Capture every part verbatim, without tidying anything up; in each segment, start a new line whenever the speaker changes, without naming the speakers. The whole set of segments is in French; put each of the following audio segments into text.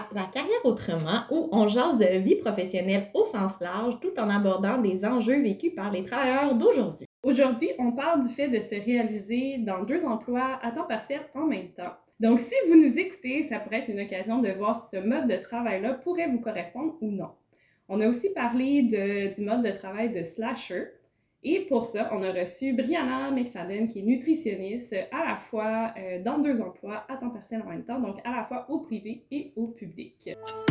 à La carrière autrement où on jase de vie professionnelle au sens large tout en abordant des enjeux vécus par les travailleurs d'aujourd'hui.
Aujourd'hui, on parle du fait de se réaliser dans deux emplois à temps partiel en même temps. Donc, si vous nous écoutez, ça pourrait être une occasion de voir si ce mode de travail-là pourrait vous correspondre ou non. On a aussi parlé de, du mode de travail de slasher. Et pour ça, on a reçu Brianna McFadden, qui est nutritionniste, à la fois euh, dans deux emplois à temps partiel en même temps, donc à la fois au privé et au public.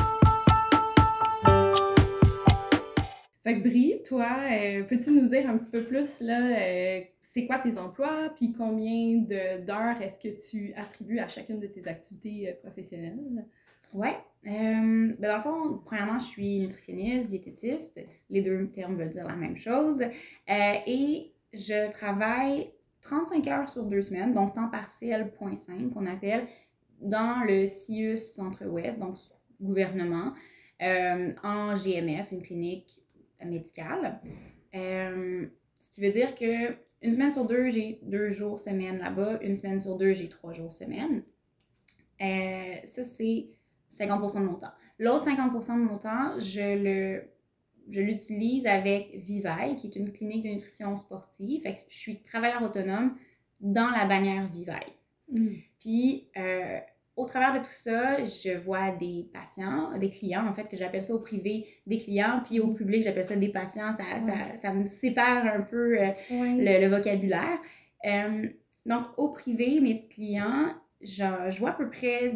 Fait que Brie, toi, euh, peux-tu nous dire un petit peu plus, là, euh, c'est quoi tes emplois, puis combien de, d'heures est-ce que tu attribues à chacune de tes activités euh, professionnelles?
Ouais. Euh, ben dans le fond, premièrement, je suis nutritionniste, diététiste. Les deux termes veulent dire la même chose. Euh, et je travaille trente-cinq heures sur deux semaines, donc temps partiel point cinq qu'on appelle, dans le C I U S Centre-Ouest, donc gouvernement, euh, en G M F, une clinique médicale. Euh, ce qui veut dire que une semaine sur deux, j'ai deux jours semaine là-bas. Une semaine sur deux, j'ai trois jours semaine. Euh, ça, c'est cinquante pour cent de mon temps. L'autre cinquante pour cent de mon temps, je le je l'utilise avec Vivaille, qui est une clinique de nutrition sportive. Fait que je suis travailleur autonome dans la bannière Vivaille. Mm. Puis, euh, au travers de tout ça, je vois des patients, des clients, en fait, que j'appelle ça au privé des clients, puis au public, j'appelle ça des patients. Ça, ouais. ça, ça me sépare un peu euh, ouais. le, le vocabulaire. Euh, donc, au privé, mes clients, je, je vois à peu près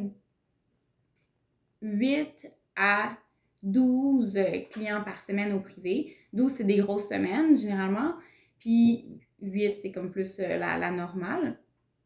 huit à douze clients par semaine au privé. douze, c'est des grosses semaines, généralement. Puis huit, c'est comme plus euh, la, la normale.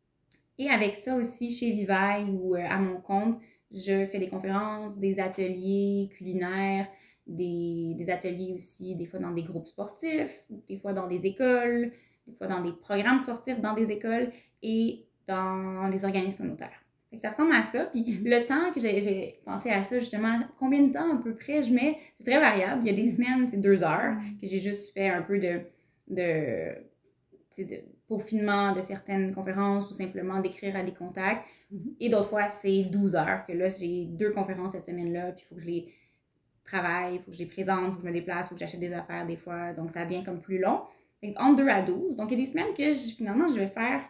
Et avec ça aussi, chez Vivaille ou euh, à mon compte, je fais des conférences, des ateliers culinaires, des, des ateliers aussi, des fois dans des groupes sportifs, des fois dans des écoles, des fois dans des programmes sportifs, dans des écoles et dans les organismes communautaires. Fait que ça ressemble à ça. Puis mm-hmm. le temps que j'ai, j'ai pensé à ça, justement, combien de temps à peu près je mets, c'est très variable. Il y a des semaines, c'est deux heures, mm-hmm. que j'ai juste fait un peu de, de, de peaufinement de certaines conférences ou simplement d'écrire à des contacts. Mm-hmm. Et d'autres fois, c'est douze heures, que là, j'ai deux conférences cette semaine-là, puis il faut que je les travaille, il faut que je les présente, il faut que je me déplace, il faut que j'achète des affaires des fois. Donc, ça devient comme plus long. Fait entre deux à douze. Donc, il y a des semaines que je, finalement, je vais faire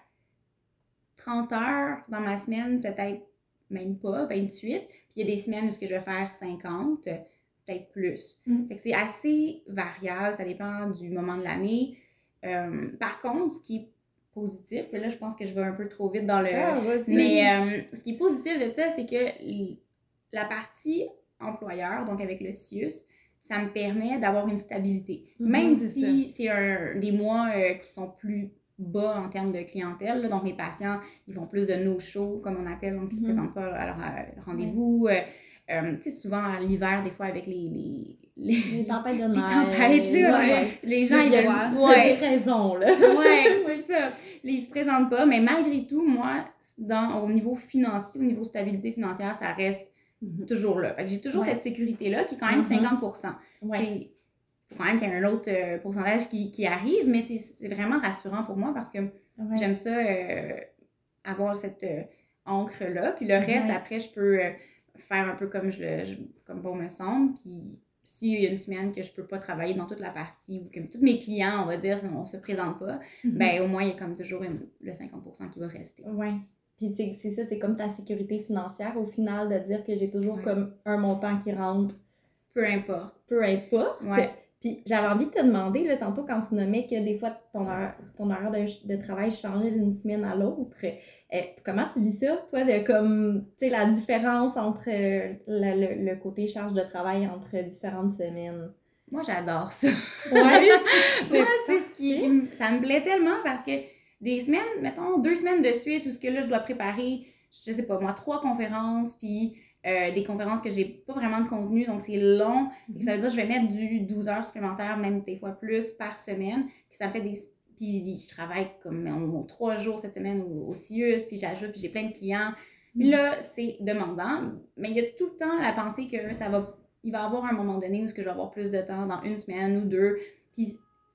trente heures dans ma semaine, peut-être même pas, vingt-huit. Puis il y a des semaines où je vais faire cinquante, peut-être plus. Mm. Fait que c'est assez variable, ça dépend du moment de l'année. Euh, par contre, ce qui est positif, et là je pense que je vais un peu trop vite dans le...
Ah, vas-y.
Mais euh, ce qui est positif de ça, c'est que la partie employeur, donc avec le C I U S, ça me permet d'avoir une stabilité. Mm-hmm, même c'est si ça. C'est un, des mois euh, qui sont plus bas en termes de clientèle. Là. Donc, mes patients, ils font plus de no-show, comme on appelle, donc ils ne mm-hmm. se présentent pas à leur euh, rendez-vous. Ouais. Euh, tu sais, souvent, à l'hiver, des fois, avec les... Les,
les, les tempêtes de neige.
Les tempêtes, là. Ouais, ouais. Les gens,
ils ont ouais. des raisons, là.
Oui, c'est ça. Ils ne se présentent pas, mais malgré tout, moi, dans, au niveau financier, au niveau stabilité financière, ça reste mm-hmm. toujours là. Fait que j'ai toujours ouais. cette sécurité-là, qui est quand même mm-hmm. cinquante pour cent. Ouais. C'est... Il faut quand même qu'il y ait un autre euh, pourcentage qui, qui arrive, mais c'est, c'est vraiment rassurant pour moi parce que ouais. j'aime ça euh, avoir cette euh, encre-là. Puis le reste, ouais. après, je peux euh, faire un peu comme, je le, je, comme bon me semble. Puis s'il y a une semaine que je peux pas travailler dans toute la partie ou que tous mes clients, on va dire, on se présente pas, mm-hmm. ben au moins, il y a comme toujours une, le cinquante pour cent qui va rester.
Oui. Puis c'est, c'est ça, c'est comme ta sécurité financière au final de dire que j'ai toujours ouais. comme un montant qui rentre.
Peu importe.
Peu importe.
Ouais.
Puis j'avais envie de te demander, là, tantôt, quand tu nommais que des fois, ton horaire, ton horaire de, de travail changeait d'une semaine à l'autre, euh, comment tu vis ça, toi, de comme, tu sais, la différence entre euh, le, le, le côté charge de travail entre différentes semaines?
Moi, j'adore ça.
Ouais,
Moi, c'est ce qui... Ça me plaît tellement parce que des semaines, mettons, deux semaines de suite où ce que là, je dois préparer, je sais pas, moi, trois conférences, puis... Euh, des conférences que j'ai pas vraiment de contenu, donc c'est long. Mm-hmm. Et ça veut dire que je vais mettre du douze heures supplémentaires, même des fois plus, par semaine. Puis ça me fait des... Puis je travaille comme en, en, trois jours cette semaine au, au C I U S, puis j'ajoute, puis j'ai plein de clients. Puis mm-hmm. là, c'est demandant, mais il y a tout le temps la pensée que ça va... Il va y avoir un moment donné où je vais avoir plus de temps, dans une semaine ou deux. Puis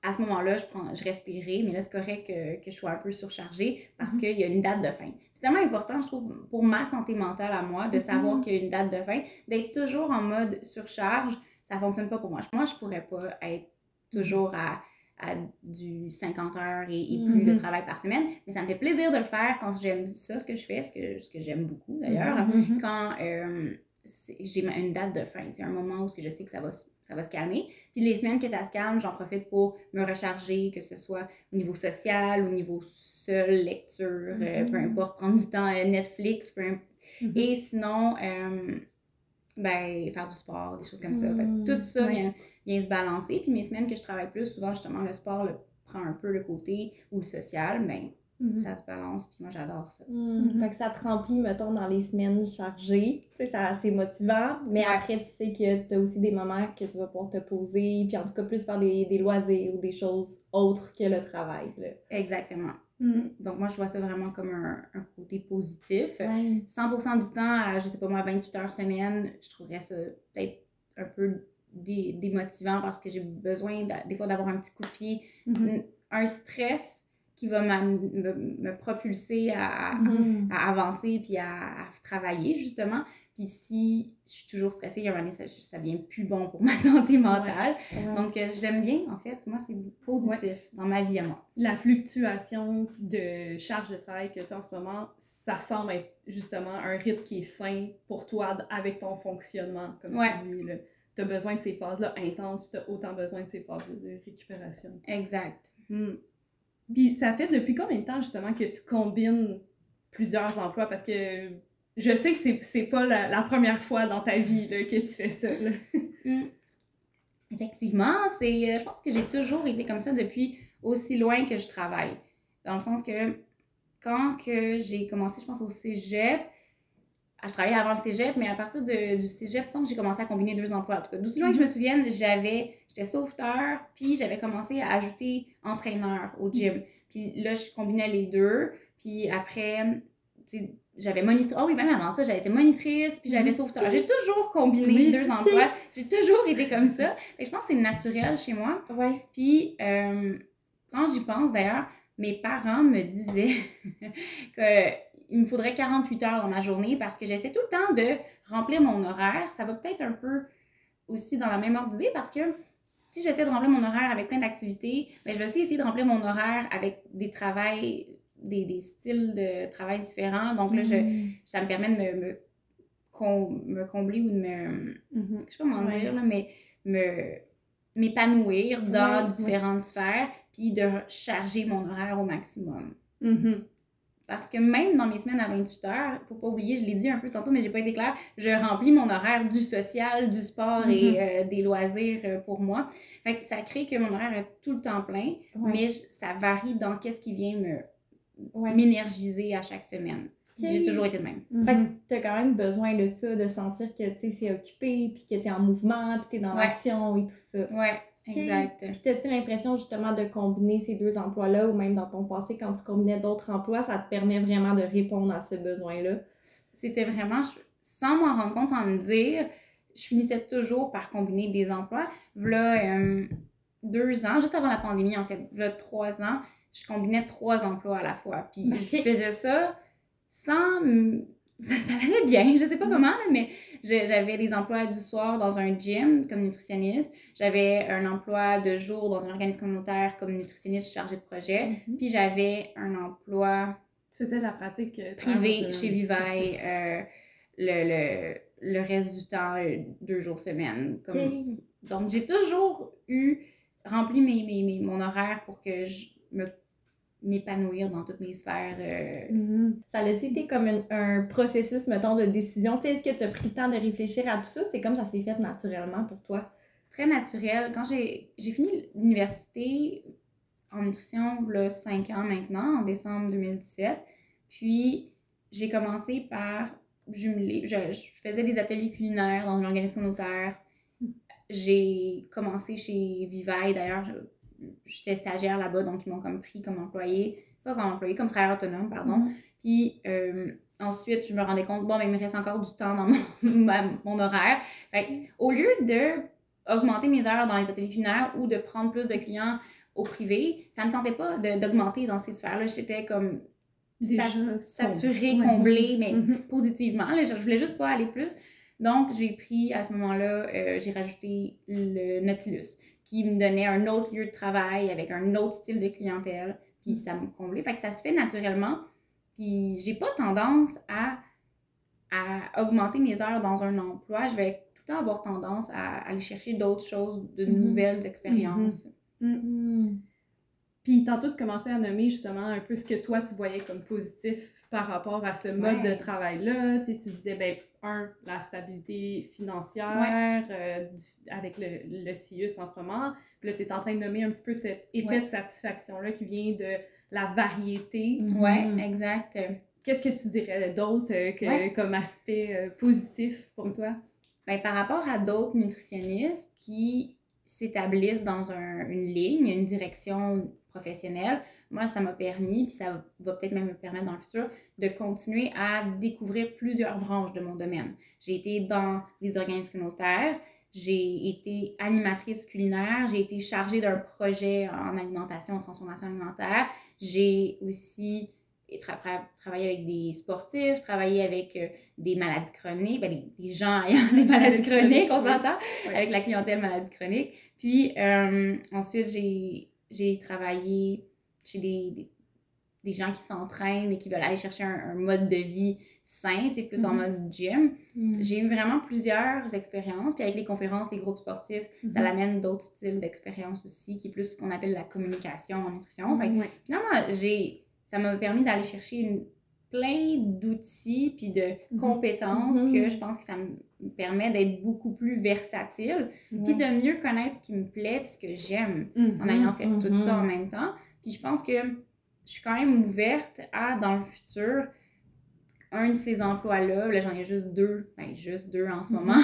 à ce moment-là, je, prends, je respirais, mais là, c'est correct que, que je sois un peu surchargée parce mm-hmm. qu'il y a une date de fin. C'est tellement important, je trouve, pour ma santé mentale à moi, de savoir mm-hmm. qu'il y a une date de fin, d'être toujours en mode surcharge, ça fonctionne pas pour moi. Moi, je pourrais pas être toujours à, à du cinquante heures et, et plus mm-hmm. de travail par semaine, mais ça me fait plaisir de le faire quand j'aime ça, ce que je fais, ce que, ce que j'aime beaucoup d'ailleurs, mm-hmm. quand euh, j'ai une date de fin, un moment où je sais que ça va ça va se calmer. Puis les semaines que ça se calme, j'en profite pour me recharger, que ce soit au niveau social, au niveau seule lecture, mm-hmm. euh, peu importe, prendre du temps euh, Netflix, peu importe. Mm-hmm. Et sinon, euh, ben, faire du sport, des choses comme ça. Mm-hmm. Fait, tout ça ouais. vient, vient se balancer. Puis mes semaines que je travaille plus, souvent, justement, le sport le, prend un peu le côté, ou le social, ben, mm-hmm. ça se balance, puis moi, j'adore ça.
Mm-hmm. Fait que ça te remplit, mettons, dans les semaines chargées. Tu sais, ça, c'est motivant, mais ouais. après, tu sais que tu as aussi des moments que tu vas pouvoir te poser, puis en tout cas, plus faire des, des loisirs ou des choses autres que le travail. Là.
Exactement. Mm-hmm. Donc, moi, je vois ça vraiment comme un, un côté positif.
Ouais.
cent pour cent du temps, à, je sais pas moi, vingt-huit heures semaine, je trouverais ça peut-être un peu dé- démotivant parce que j'ai besoin, des fois, d'avoir un petit coup de pied, mm-hmm. un stress qui va me, me propulser à, mm-hmm. à, à avancer puis à, à travailler, justement. Puis si je suis toujours stressée, il y a un moment donné, ça, ça devient plus bon pour ma santé mentale. Ouais. Ouais. Donc, euh, j'aime bien, en fait. Moi, c'est positif ouais. dans ma vie à moi.
La fluctuation de charge de travail que tu as en ce moment, ça semble être justement un rythme qui est sain pour toi avec ton fonctionnement, comme ouais. tu dis. Tu as besoin de ces phases-là intenses, puis tu as autant besoin de ces phases-là de récupération.
Exact.
Mm. Puis ça fait depuis combien de temps, justement, que tu combines plusieurs emplois? Parce que je sais que c'est, c'est pas la, la première fois dans ta vie là, que tu fais ça. Là.
Mm. Effectivement, c'est, je pense que j'ai toujours été comme ça depuis aussi loin que je travaille. Dans le sens que quand que j'ai commencé, je pense, au cégep, je travaillais avant le cégep, mais à partir de, du cégep, je sens que j'ai commencé à combiner deux emplois. En tout cas, d'aussi loin mm-hmm. que je me souvienne, j'avais, j'étais sauveteur, puis j'avais commencé à ajouter entraîneur au gym. Mm-hmm. Puis là, je combinais les deux. Puis après, tu sais, j'avais monitrice. Ah oui, même avant ça, j'avais été monitrice, puis j'avais mm-hmm. sauveteur. J'ai toujours combiné oui. deux emplois. J'ai toujours été comme ça. Fait que je pense que c'est naturel chez moi.
Ouais.
Puis, euh, quand j'y pense, d'ailleurs, mes parents me disaient que il me faudrait quarante-huit heures dans ma journée parce que j'essaie tout le temps de remplir mon horaire. Ça va peut-être un peu aussi dans la même ordre d'idée parce que si j'essaie de remplir mon horaire avec plein d'activités, bien, je vais aussi essayer de remplir mon horaire avec des travails, des, des styles de travail différents. Donc là, je, mm. ça me permet de me, me, com, me combler ou de me... Mm-hmm. Je sais pas comment ouais. dire, là, mais me, m'épanouir dans ouais, différentes ouais. sphères puis de charger mon horaire au maximum.
Mm-hmm.
Parce que même dans mes semaines à vingt-huit heures, faut pas oublier, je l'ai dit un peu tantôt, mais j'ai pas été claire, je remplis mon horaire du social, du sport mm-hmm. et euh, des loisirs euh, pour moi. Fait que ça crée que mon horaire est tout le temps plein, ouais. mais je, ça varie dans qu'est-ce qui vient me, ouais. m'énergiser à chaque semaine. Okay. J'ai toujours été de même.
Mm-hmm. Fait que t'as quand même besoin de ça, de sentir que c'est occupé, puis que t'es en mouvement, puis t'es dans ouais. l'action et tout ça.
Ouais. Exact.
Puis t'as-tu l'impression justement de combiner ces deux emplois-là ou même dans ton passé, quand tu combinais d'autres emplois, ça te permet vraiment de répondre à ce besoin-là?
C'était vraiment, sans m'en rendre compte, sans me dire, je finissais toujours par combiner des emplois. Là, euh, deux ans, juste avant la pandémie en fait, là, trois ans, je combinais trois emplois à la fois. Puis okay. je faisais ça sans... Ça, ça allait bien, je sais pas mmh. comment, là, mais je, j'avais des emplois du soir dans un gym comme nutritionniste. J'avais un emploi de jour dans un organisme communautaire comme nutritionniste chargée de projet. Mmh. Puis j'avais un emploi...
Tu faisais de la pratique euh,
privé chez Vivaille euh, le, le, le reste du temps, euh, deux jours semaine. Comme... Okay. Donc j'ai toujours eu rempli mes, mes, mes, mon horaire pour que je me m'épanouir dans toutes mes sphères. Euh...
Mm-hmm. Ça a-tu été comme un, un processus, mettons, de décision? Tu sais, est-ce que tu as pris le temps de réfléchir à tout ça? C'est comme ça s'est fait naturellement pour toi?
Très naturel. Quand j'ai, j'ai fini l'université en nutrition, là, cinq ans maintenant, en décembre deux mille dix-sept, puis j'ai commencé par jumeler. Je, je faisais des ateliers culinaires dans un organisme communautaire. J'ai commencé chez Vivaille, d'ailleurs, je, j'étais stagiaire là-bas, donc ils m'ont comme pris comme employée, pas comme employée, comme travailleur autonome, pardon. Mm-hmm. Puis euh, ensuite, je me rendais compte, bon, ben, il me reste encore du temps dans mon, ma, mon horaire. Fait au lieu de augmenter mes heures dans les ateliers culinaires ou de prendre plus de clients au privé, ça me tentait pas de, d'augmenter dans ces sphères-là. J'étais comme
Déjà,
sa- saturée,
ouais.
comblée, mais
Mhm.
positivement. Là, je, je voulais juste pas aller plus. Donc, j'ai pris, à ce moment-là, euh, j'ai rajouté le Nautilus, qui me donnait un autre lieu de travail avec un autre style de clientèle, puis
Mm.
ça me comblait. Fait que ça se fait naturellement. Puis j'ai pas tendance à, à augmenter mes heures dans un emploi. Je vais tout le temps avoir tendance à, à aller chercher d'autres choses, de
Mhm.
nouvelles expériences.
Mm.
Hmm.
Puis tantôt, tu commençais à nommer justement un peu ce que toi, tu voyais comme positif par rapport à ce mode
Ouais.
de travail-là. Tu sais, tu disais, ben, un, la stabilité financière euh, du- avec le, le C I U S en ce moment. Puis là, tu es en train de nommer un petit peu cet effet
Ouais.
de satisfaction-là qui vient de la variété.
Mhm.
Ouais, exact.
Qu'est-ce que tu dirais d'autre euh, que,
Ouais.
comme aspect euh, positif pour toi?
Ben, par rapport à d'autres nutritionnistes qui s'établissent dans un, une ligne, une direction professionnelle, moi, ça m'a permis, puis ça va peut-être même me permettre dans le futur, de continuer à découvrir plusieurs branches de mon domaine. J'ai été dans les organismes communautaires, j'ai été animatrice culinaire, j'ai été chargée d'un projet en alimentation, en transformation alimentaire, j'ai aussi tra- tra- travaillé avec des sportifs, travaillé avec euh, des maladies chroniques, ben, des, des gens ayant des maladies chroniques, on
Oui.
s'entend,
Oui.
avec la clientèle maladie chronique. Puis euh, ensuite, j'ai, j'ai travaillé chez des, des, des gens qui s'entraînent et qui veulent aller chercher un, un mode de vie sain, tu sais, plus en
Mhm.
mode gym.
Hmm.
J'ai eu vraiment plusieurs expériences. Puis avec les conférences, les groupes sportifs, ça
Mhm.
l'amène d'autres styles d'expérience aussi, qui est plus ce qu'on appelle la communication en nutrition. Fait que
Ouais.
finalement, j'ai, ça m'a permis d'aller chercher une, plein d'outils puis de
Mhm.
compétences
Mhm.
que je pense que ça me permet d'être beaucoup plus versatile puis
Ouais.
de mieux connaître ce qui me plaît puis ce que j'aime
Mhm.
en ayant fait tout
Mhm.
ça en même temps. Puis je pense que je suis quand même ouverte à, dans le futur, un de ces emplois-là, là j'en ai juste deux, ben juste deux en ce moment,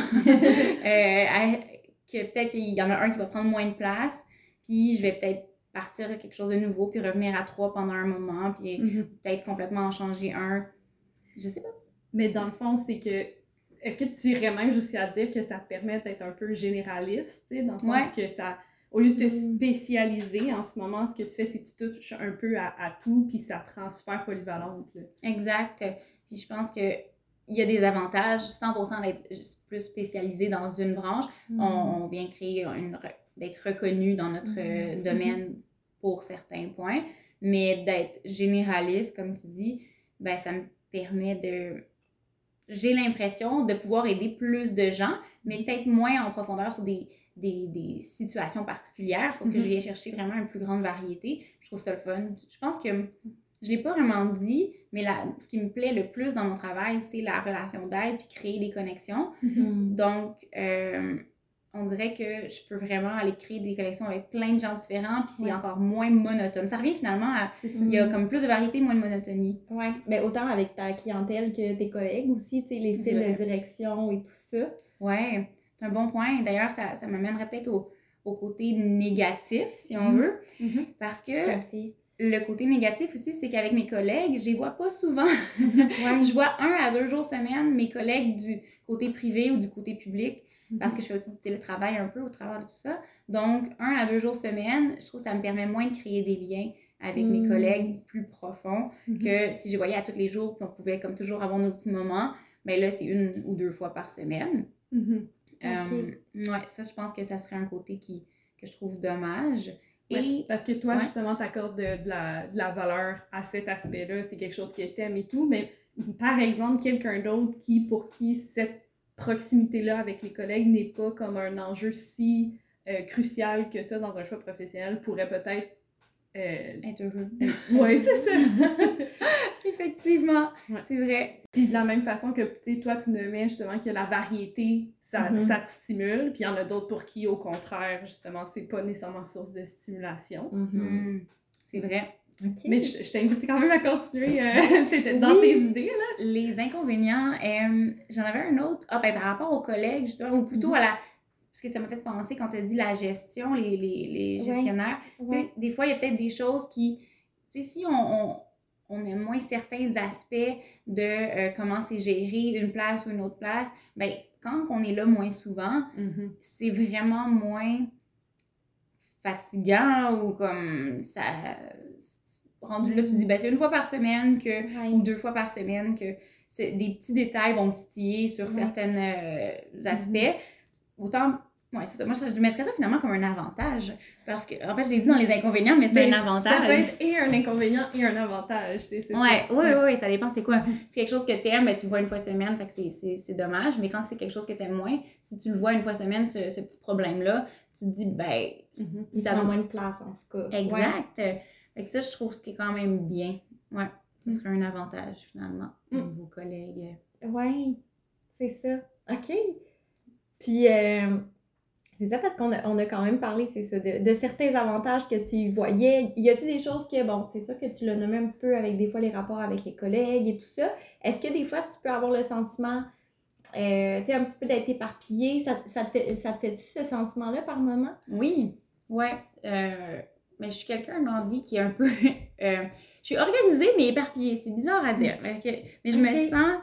euh, à- que peut-être qu'il y en a un qui va prendre moins de place, puis je vais peut-être partir à quelque chose de nouveau, puis revenir à trois pendant un moment, puis
Mhm.
peut-être complètement en changer un. Je sais pas.
Mais dans le fond, c'est que. Est-ce que tu irais même jusqu'à dire que ça te permet d'être un peu généraliste, tu sais, dans le sens
Ouais.
que ça. Au lieu de te
Mm.
spécialiser en ce moment, ce que tu fais, c'est que tu touches un peu à, à tout, puis ça te rend super polyvalente. Là.
Exact. Puis je pense que il y a des avantages, cent pour cent d'être plus spécialisé dans une branche.
Hmm.
On, on vient créer une, re- d'être reconnu dans notre euh,
Mhm.
domaine pour certains points, mais d'être généraliste, comme tu dis, ben ça me permet de... J'ai l'impression de pouvoir aider plus de gens, mais peut-être moins en profondeur sur des, des, des situations particulières, sauf que
Mhm.
je viens chercher vraiment une plus grande variété. Je trouve ça le fun. Je pense que je ne l'ai pas vraiment dit, mais la, ce qui me plaît le plus dans mon travail, c'est la relation d'aide puis créer des connexions.
Hmm.
Donc, euh, on dirait que je peux vraiment aller créer des connexions avec plein de gens différents, puis c'est
Ouais.
encore moins monotone. Ça revient finalement à...
C'est ça.
Il y a
Hmm.
comme plus de variété, moins de monotonie.
Ouais, mais autant avec ta clientèle que tes collègues aussi, tu sais, les
C'est
styles
vrai.
de direction et tout ça.
Ouais, c'est un bon point. D'ailleurs, ça, ça m'amènerait peut-être au, au côté négatif, si on
Mhm.
veut,
Mhm.
parce
Tout
que
à fait.
le côté négatif aussi, c'est qu'avec mes collègues, je les vois pas souvent.
Ouais.
Je vois un à deux jours semaine mes collègues du côté privé ou du côté public, parce que je fais aussi du télétravail un peu au travers de tout ça. Donc, un à deux jours semaine, je trouve que ça me permet moins de créer des liens avec mes
Mm.
collègues plus profonds
Mhm.
que si je les voyais à tous les jours, puis on pouvait comme toujours avoir nos petits moments. Mais là, c'est une ou deux fois par semaine.
Mhm.
Ok.
Euh, ouais, ça, je pense que ça serait un côté qui, que je trouve dommage.
Ouais,
Et
parce que toi,
ouais.
justement, t'accordes de, de, la, de la valeur à cet aspect-là, c'est quelque chose que t'aimes et tout, mais par exemple, quelqu'un d'autre qui, pour qui cette proximité-là avec les collègues n'est pas comme un enjeu si euh, crucial que ça dans un choix professionnel, pourrait peut-être... Euh...
être heureux.
Ouais, c'est ça!
Effectivement,
Ouais.
c'est vrai.
Puis de la même façon que, tu sais, toi, tu nommais justement que la variété, ça,
Mhm.
ça te stimule, puis il y en a d'autres pour qui, au contraire, justement, c'est pas nécessairement source de stimulation.
Mhm.
Mm, c'est vrai.
Ok.
Mais je, je t'invite quand même à continuer euh, t'étais dans
Oui.
tes idées, là.
Les inconvénients, euh, j'en avais un autre. Ah, ben, par rapport aux collègues, justement, ou plutôt
Mhm.
à la. Parce que ça m'a fait penser quand tu as dit la gestion, les, les, les
Ouais.
gestionnaires. Tu sais,
Ouais.
des fois, il y a peut-être des choses qui. Tu sais, si on, on, on aime moins certains aspects de euh, comment c'est géré une place ou une autre place, ben, quand on est là moins souvent,
Mhm.
c'est vraiment moins fatigant ou comme ça... Rendu là, tu te dis, ben, c'est une fois par semaine que,
Ouais.
ou deux fois par semaine que c'est, des petits détails vont titiller sur
Ouais.
certains euh, aspects.
Mm-hmm.
Autant, ouais, c'est ça. Moi, je mettrais ça finalement comme un avantage. Parce que, en fait, je l'ai dit dans les inconvénients, mais c'est
Ben,
un avantage.
Ça peut être et un inconvénient et un avantage. C'est, c'est
ouais,
ça.
oui, oui, oui, ça dépend c'est quoi.
Mm-hmm.
Si c'est quelque chose que t'aimes, ben, tu le vois une fois semaine, fait que c'est, c'est, c'est dommage. Mais quand c'est quelque chose que t'aimes moins, si tu le vois une fois semaine, ce, ce petit problème-là, tu te dis, ben.
Mm-hmm. Il
ça
prend moins de place, en tout cas.
Exact. Ouais. Fait que ça, je trouve ce qui est quand même bien. Ouais, ce
Mm.
serait un avantage, finalement,
Mm.
pour vos collègues.
Oui, c'est ça. OK. Puis, euh, c'est ça parce qu'on a, on a quand même parlé, c'est ça, de, de certains avantages que tu voyais. Y a-t-il des choses que, bon, c'est sûr que tu l'as nommé un petit peu avec des fois les rapports avec les collègues et tout ça. Est-ce que des fois, tu peux avoir le sentiment, euh, tu sais, un petit peu d'être éparpillé? Ça, ça, te fait, ça te fait-tu ce sentiment-là par moment?
Oui, ouais. Euh, mais je suis quelqu'un dans la vie qui est un peu... euh, je suis organisée, mais éparpillée. C'est bizarre à dire. Mais, que, mais je
Okay.
me sens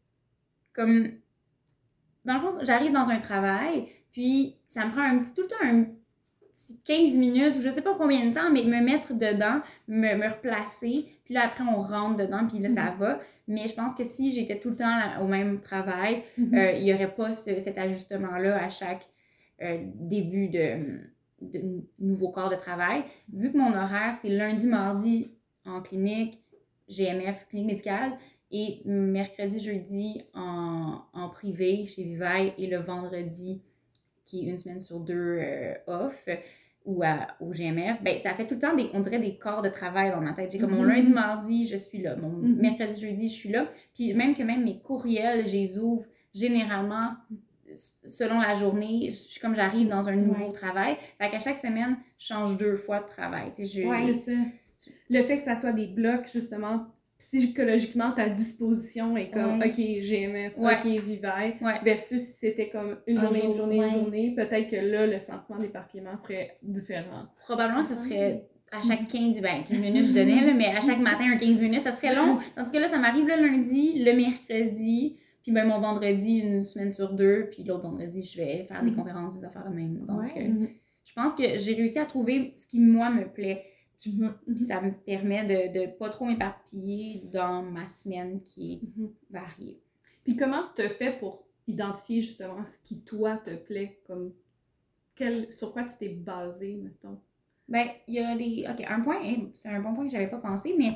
comme... Dans le fond, j'arrive dans un travail, puis ça me prend un petit, tout le temps un petit quinze minutes, ou je sais pas combien de temps, mais me mettre dedans, me, me replacer, puis là, après, on rentre dedans, puis là, mm-hmm. ça va. Mais je pense que si j'étais tout le temps là, au même travail, mm-hmm. euh, il y aurait pas ce, cet ajustement-là à chaque euh, début de, de nouveau corps de travail. Vu que mon horaire, c'est lundi, mardi en clinique, G M F, clinique médicale, et mercredi, jeudi en, en privé chez Vivaille et le vendredi, qui est une semaine sur deux euh, off, ou à, au G M F, ben, ça fait tout le temps, des, on dirait, des corps de travail dans ma tête. J'ai comme mon lundi, mardi, je suis là. Mon mm-hmm. mercredi, jeudi, je suis là. Puis même que même mes courriels, je les ouvre généralement selon la journée. Je suis comme j'arrive dans un nouveau ouais. travail. Fait qu'à chaque semaine, je change deux fois de travail. Tu sais, je...
Ouais, c'est ça. Le fait que ça soit des blocs, justement, psychologiquement, ta disposition est comme, ouais. OK, G M F, ouais. OK, Vivaille, ouais. versus si c'était comme une un journée, jour, une journée, ouais. une journée, peut-être que là, le sentiment d'éparpillement serait différent.
Probablement que ce serait à chaque quinze, ben, quinze minutes, je donnais, là, mais à chaque matin, un quinze minutes, ça serait long. Tandis que là, ça m'arrive le lundi, le mercredi, puis ben, mon vendredi, une semaine sur deux, puis l'autre vendredi, je vais faire des conférences, des affaires de même. Donc, ouais. euh, je pense que j'ai réussi à trouver ce qui, moi, me plaît. Mm-hmm. Puis ça me permet de ne pas trop m'éparpiller dans ma semaine qui est mm-hmm. variée.
Puis comment tu fais pour identifier justement ce qui, toi, te plaît? Comme quel, sur quoi tu t'es basée, mettons?
Ben, il y a des... OK, un point, hein, c'est un bon point que je n'avais pas pensé, mais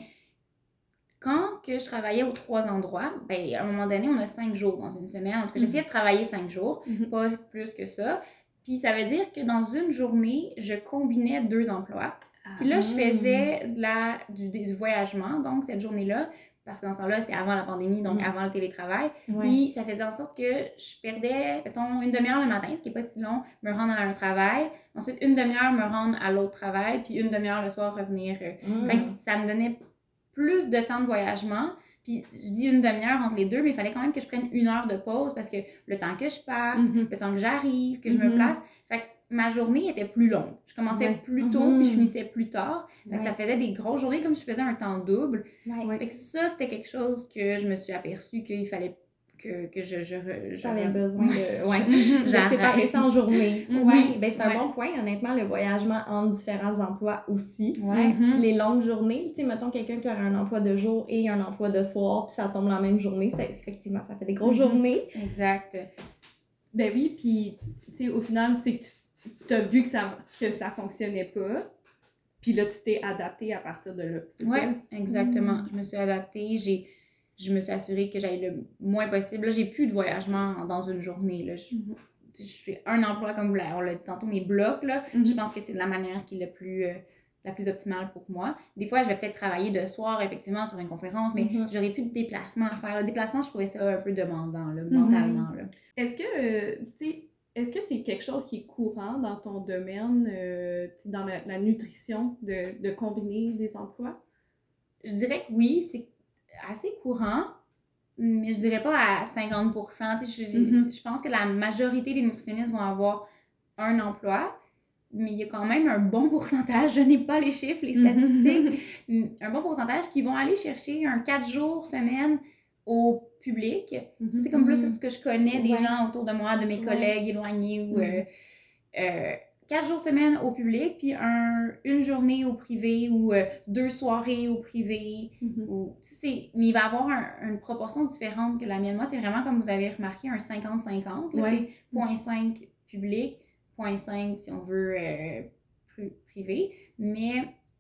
quand que je travaillais aux trois endroits, ben, à un moment donné, on a cinq jours dans une semaine. En tout cas, mm-hmm. j'essayais de travailler cinq jours, mm-hmm. pas plus que ça. Puis ça veut dire que dans une journée, je combinais deux emplois. Puis là, je faisais de la, du, du voyagement, donc cette journée-là, parce que dans ce temps-là, c'était avant la pandémie, donc mmh. avant le télétravail. Ouais. Puis ça faisait en sorte que je perdais, mettons, une demi-heure le matin, ce qui n'est pas si long, me rendre à un travail. Ensuite, une demi-heure me rendre à l'autre travail, puis une demi-heure le soir revenir. Mmh. Fait que ça me donnait plus de temps de voyagement. Puis je dis une demi-heure entre les deux, mais il fallait quand même que je prenne une heure de pause parce que le temps que je parte, mmh. le temps que j'arrive, que je me place, fait que ma journée était plus longue. Je commençais ouais. plus tôt, mm-hmm. puis je finissais plus tard. Fait que ouais. ça faisait des grosses journées, comme si je faisais un temps double. Ouais. Fait que ça, c'était quelque chose que je me suis aperçue qu'il fallait que, que je... je, je
J'avais besoin de... Ouais. de séparer ça en journée. Mm-hmm. Oui, ben c'est un ouais. bon point. Honnêtement, le voyagement entre différents emplois aussi.
Ouais.
Mm-hmm. Les longues journées, tu sais, mettons quelqu'un qui aurait un emploi de jour et un emploi de soir, puis ça tombe la même journée, ça, effectivement, ça fait des grosses mm-hmm. journées.
Exact.
Ben oui, puis, tu sais, au final, c'est que tu tu as vu que ça, que ça fonctionnait pas, puis là, tu t'es adapté à partir de là.
Oui, exactement. Mmh. Je me suis adaptée, j'ai, je me suis assurée que j'aille le moins possible. Là, j'ai plus de voyagement dans une journée. Là. Je, mmh. je fais un emploi, comme on l'a dit tantôt, mes blocs. Là. Mmh. Je pense que c'est la manière qui est le plus, euh, la plus optimale pour moi. Des fois, je vais peut-être travailler de soir, effectivement, sur une conférence, mais mmh. j'aurais plus de déplacement à faire. Le déplacement, je trouvais ça un peu demandant, là, mentalement. Là.
Est-ce que, euh, tu sais, Est-ce que c'est quelque chose qui est courant dans ton domaine, euh, dans la, la nutrition, de, de combiner des emplois?
Je dirais que oui, c'est assez courant, mais je dirais pas à cinquante pour cent. Je, mm-hmm. je pense que la majorité des nutritionnistes vont avoir un emploi, mais il y a quand même un bon pourcentage, je n'ai pas les chiffres, les statistiques, mm-hmm. un bon pourcentage qui vont aller chercher un quatre jours semaine au public. Mm-hmm. C'est comme plus ce que je connais des ouais. gens autour de moi, de mes collègues ouais. éloignés ou euh, euh, quatre jours semaine au public, puis un, une journée au privé ou euh, deux soirées au privé.
Mm-hmm.
Ou, c'est, mais il va avoir un, une proportion différente que la mienne. Moi, c'est vraiment, comme vous avez remarqué, un cinquante cinquante. Là,
Ouais.
zéro virgule cinq public, zéro virgule cinq si on veut euh, privé. Mais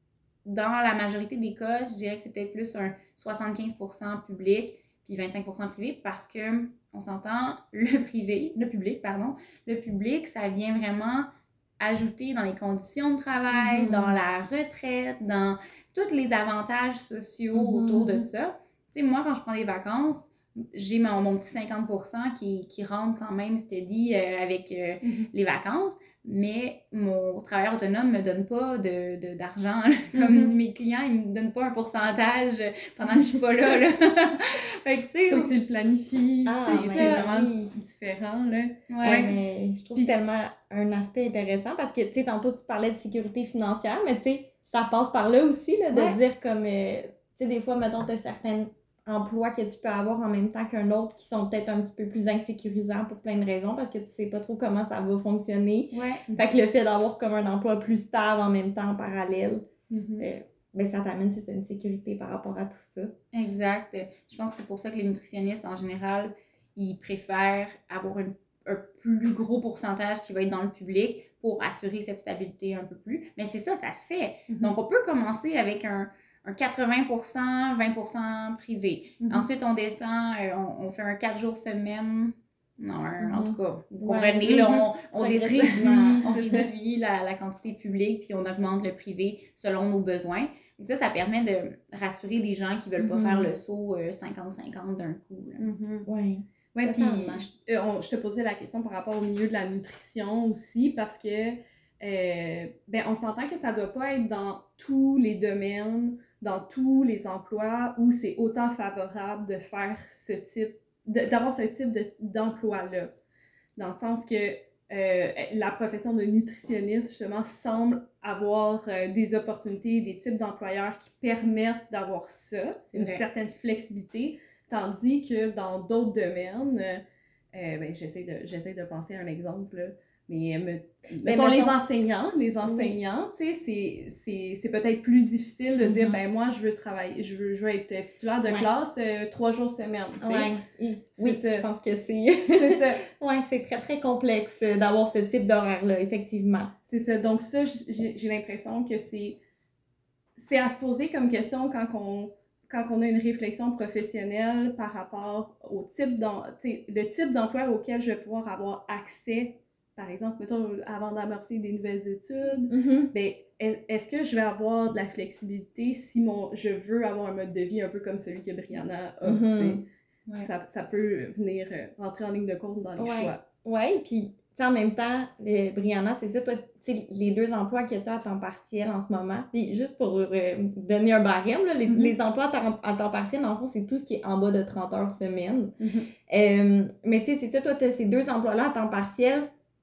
dans la majorité des cas, je dirais que c'est peut-être plus un soixante-quinze pour cent public puis vingt-cinq pour cent privé parce que on s'entend, le privé, le public, pardon, le public, ça vient vraiment ajouter dans les conditions de travail, mm-hmm. dans la retraite, dans tous les avantages sociaux mm-hmm. autour de ça. Tu sais, moi, quand je prends des vacances, j'ai mon, mon petit cinquante pour cent qui, qui rentre quand même steady euh, avec euh, mm-hmm. les vacances, mais mon travailleur autonome ne me donne pas de, de, d'argent. Comme mm-hmm. mes clients, ils ne me donnent pas un pourcentage pendant que je ne suis pas là. là.
Fait que, tu sais, faut que tu le planifies.
Ah,
c'est,
c'est
vraiment
oui.
différent. Là.
Ouais, ouais, mais je trouve que c'est tellement un aspect intéressant parce que, tu sais, tantôt, tu parlais de sécurité financière, mais tu sais, ça passe par là aussi, là, de ouais. dire comme, euh, tu sais, des fois, mettons, tu as certains emplois que tu peux avoir en même temps qu'un autre qui sont peut-être un petit peu plus insécurisants pour plein de raisons parce que tu sais pas trop comment ça va fonctionner.
Ouais.
Fait que le fait d'avoir comme un emploi plus stable en même temps en parallèle,
mm-hmm.
euh, ben ça t'amène, c'est ça, une sécurité par rapport à tout ça.
Exact. Je pense que c'est pour ça que les nutritionnistes, en général, ils préfèrent avoir une, un plus gros pourcentage qui va être dans le public pour assurer cette stabilité un peu plus. Mais c'est ça, ça se fait. Mm-hmm. Donc, on peut commencer avec un un quatre-vingts pour cent, vingt pour cent privé. Mm-hmm. Ensuite, on descend, euh, on, on fait un quatre jours semaine. Non, un, mm-hmm. en tout cas, vous
ouais.
comprenez, là, on, on
réduit,
réduit, on réduit la, la quantité publique, puis on augmente le privé selon nos besoins. Et ça, ça permet de rassurer des gens qui ne veulent pas mm-hmm. faire le saut euh, cinquante cinquante d'un coup.
Mm-hmm. Oui.
Oui, puis je, euh, on, je te posais la question par rapport au milieu de la nutrition aussi, parce que euh, ben, on s'entend que ça ne doit pas être dans tous les domaines, dans tous les emplois où c'est autant favorable de faire ce type, de, d'avoir ce type de, d'emploi-là. Dans le sens que euh, la profession de nutritionniste, justement, semble avoir euh, des opportunités, des types d'employeurs qui permettent d'avoir ça, c'est une vrai. certaine flexibilité, tandis que dans d'autres domaines, euh, ben, j'essaie de, j'essaie de penser à un exemple, là. Mais, me, mettons, mettons les enseignants, les enseignants, oui. tu sais, c'est, c'est, c'est peut-être plus difficile de mm-hmm. dire, ben moi, je veux travailler, je veux, je veux être titulaire de ouais. classe euh, trois jours semaine, tu sais.
Ouais. Oui, ça. Je pense que c'est...
c'est ça.
Oui, c'est très, très complexe d'avoir ce type d'horaire-là, effectivement.
C'est ça. Donc ça, j'ai, j'ai l'impression que c'est, c'est à se poser comme question quand on... quand on a une réflexion professionnelle par rapport au type, d'em... le type d'emploi auquel je vais pouvoir avoir accès. Par exemple, mettons, avant d'amorcer des nouvelles études,
mm-hmm.
ben, est-ce que je vais avoir de la flexibilité si mon, je veux avoir un mode de vie un peu comme celui que Brianna a?
Mm-hmm. Ouais.
Ça, ça peut venir rentrer en ligne de compte dans les
ouais.
choix.
Oui, puis en même temps, les, Brianna, c'est ça, toi, les deux emplois que tu as à temps partiel en ce moment, puis juste pour euh, donner un barème, là, les, mm-hmm. les emplois à temps, à temps partiel, en fond, c'est tout ce qui est en bas de trente heures semaine.
Mm-hmm.
Euh, mais tu sais, c'est ça, toi, tu as ces deux emplois-là à temps partiel,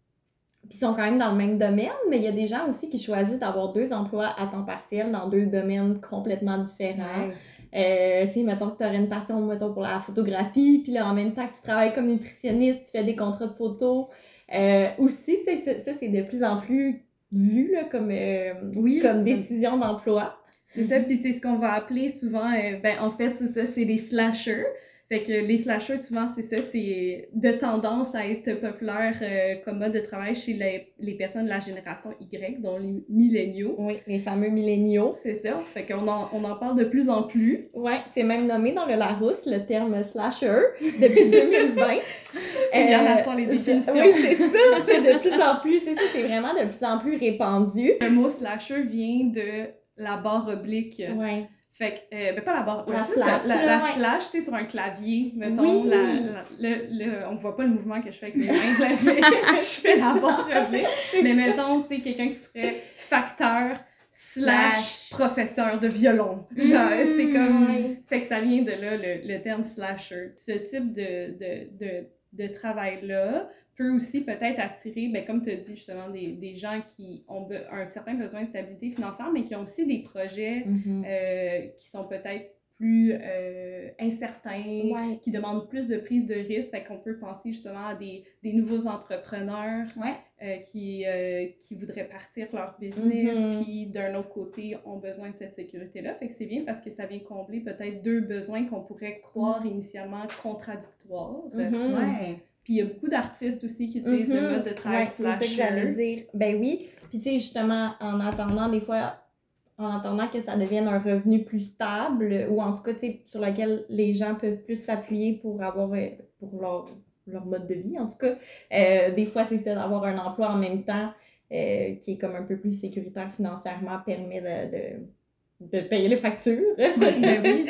puis sont quand même dans le même domaine, mais il y a des gens aussi qui choisissent d'avoir deux emplois à temps partiel dans deux domaines complètement différents. Ouais. Euh, tu sais, mettons que tu aurais une passion, mettons, pour la photographie, puis là, en même temps que tu travailles comme nutritionniste, tu fais des contrats de photos. Euh, aussi, tu sais, ça, ça, c'est de plus en plus vu, là, comme, euh, oui, comme décision d'emploi.
C'est ça, puis c'est ce qu'on va appeler souvent, euh, ben, en fait, c'est ça, c'est des slashers. Fait que les slashers, souvent, c'est ça, c'est de tendance à être populaire euh, comme mode de travail chez les, les personnes de la génération Y, dont les milléniaux.
Oui, les fameux milléniaux.
C'est ça, fait qu'on en, on en parle de plus en plus.
Oui, c'est même nommé dans le Larousse, le terme slasher, depuis deux mille vingt.
Il y en a sans les définitions.
Oui, c'est ça, c'est de plus en plus, c'est ça, c'est vraiment de plus en plus répandu.
Le mot slasher vient de la barre oblique.
Oui.
Fait que, euh, ben pas la barre, ouais,
la slash,
la, la
ouais.
slash, tu sais, sur un clavier, mettons,
oui.
la, la, le, le, on voit pas le mouvement que je fais avec mes mains, je fais la barre oblique, mais mettons, tu sais, quelqu'un qui serait facteur slash professeur de violon, genre, mmh, c'est comme, oui. Fait que ça vient de là, le, le terme slasher. Ce type de, de, de, de travail-là peut aussi peut-être attirer, ben, comme tu as dit justement, des, des gens qui ont be- un certain besoin de stabilité financière, mais qui ont aussi des projets mm-hmm. euh, qui sont peut-être plus euh, incertain,
Ouais.
qui demande plus de prise de risque. Fait qu'on peut penser justement à des, des nouveaux entrepreneurs
Ouais.
euh, qui, euh, qui voudraient partir leur business,
Mhm.
puis d'un autre côté, ont besoin de cette sécurité-là. Fait que c'est bien parce que ça vient combler peut-être deux besoins qu'on pourrait croire initialement contradictoires.
Mhm.
Ouais.
Puis il y a beaucoup d'artistes aussi qui utilisent
Mhm.
le mode de travail
Ouais, c'est ça que
slasher.
j'allais dire. Ben oui. Puis tu sais, justement, en attendant, des fois, en attendant que ça devienne un revenu plus stable, ou en tout cas, tu sais, sur lequel les gens peuvent plus s'appuyer pour avoir, euh, pour leur, leur mode de vie, en tout cas. Euh, des fois, c'est ça, d'avoir un emploi en même temps euh, qui est comme un peu plus sécuritaire financièrement, permet de, de, de payer les factures.
Ben oui.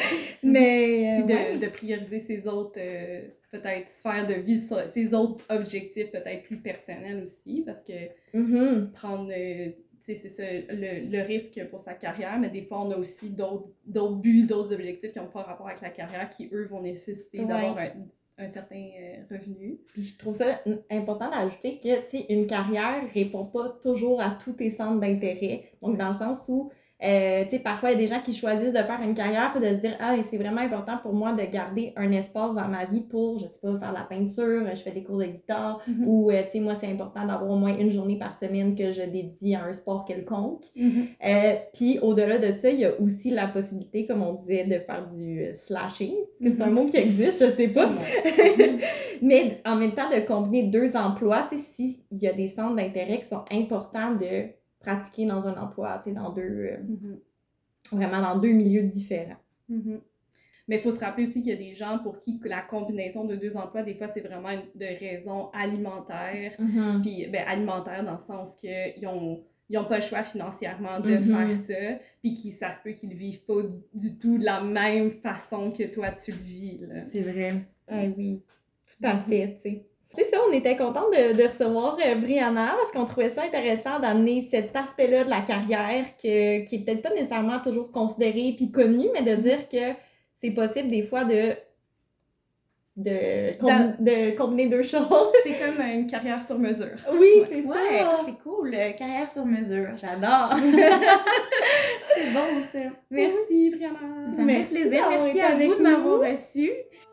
Mais, euh,
Puis de,
ouais.
de prioriser ses autres, euh, peut-être, sphères de vie, so- ses autres objectifs peut-être plus personnels aussi, parce que
Mhm.
prendre, euh, tu sais, c'est ça, le, le risque pour sa carrière, mais des fois, on a aussi d'autres d'autres buts, d'autres objectifs qui n'ont pas rapport avec la carrière, qui, eux, vont nécessiter
Ouais.
d'avoir un, un certain euh, revenu.
Puis je trouve ça important d'ajouter que, tu sais, une carrière répond pas toujours à tous tes centres d'intérêt. Donc, dans le sens où, euh, tu sais, parfois, il y a des gens qui choisissent de faire une carrière puis de se dire « Ah, c'est vraiment important pour moi de garder un espace dans ma vie pour, je sais pas, faire de la peinture, je fais des cours de guitare,
Mhm.
ou, euh, tu sais, moi, c'est important d'avoir au moins une journée par semaine que je dédie à un sport quelconque.
Mhm.
Euh, puis au-delà de ça, il y a aussi la possibilité, comme on disait, de faire du euh, slashing. Est-ce que c'est un mot qui existe? Je sais pas.
Sûrement.
Mais en même temps, de combiner deux emplois, tu sais, s'il y a des centres d'intérêt qui sont importants de pratiquer dans un emploi, tu sais, dans deux, euh,
Mhm.
vraiment dans deux milieux différents.
Mhm. Mais il faut se rappeler aussi qu'il y a des gens pour qui la combinaison de deux emplois, des fois, c'est vraiment de raisons alimentaires.
Mm-hmm.
Puis, ben, alimentaire dans le sens qu'ils ont, ils ont pas le choix financièrement de
Mhm.
faire ça, puis qui ça se peut qu'ils le vivent pas du tout de la même façon que toi, tu le vis, là.
C'est vrai.
Ah oui, tout à fait, tu sais. C'est ça, on était contents de, de recevoir euh, Brianna parce qu'on trouvait ça intéressant d'amener cet aspect-là de la carrière que, qui est peut-être pas nécessairement toujours considéré puis connu, mais de dire que c'est possible des fois de, de, com- de combiner deux choses.
C'est comme une carrière sur mesure.
Oui,
Ouais.
c'est
Ouais,
ça.
ah, c'est cool. euh, Carrière sur mesure. J'adore. C'est bon, ça.
Merci, Brianna!
Ça me
Merci
fait plaisir.
d'avoir
Merci
été
à
avec
vous de
nous.
m'avoir reçu.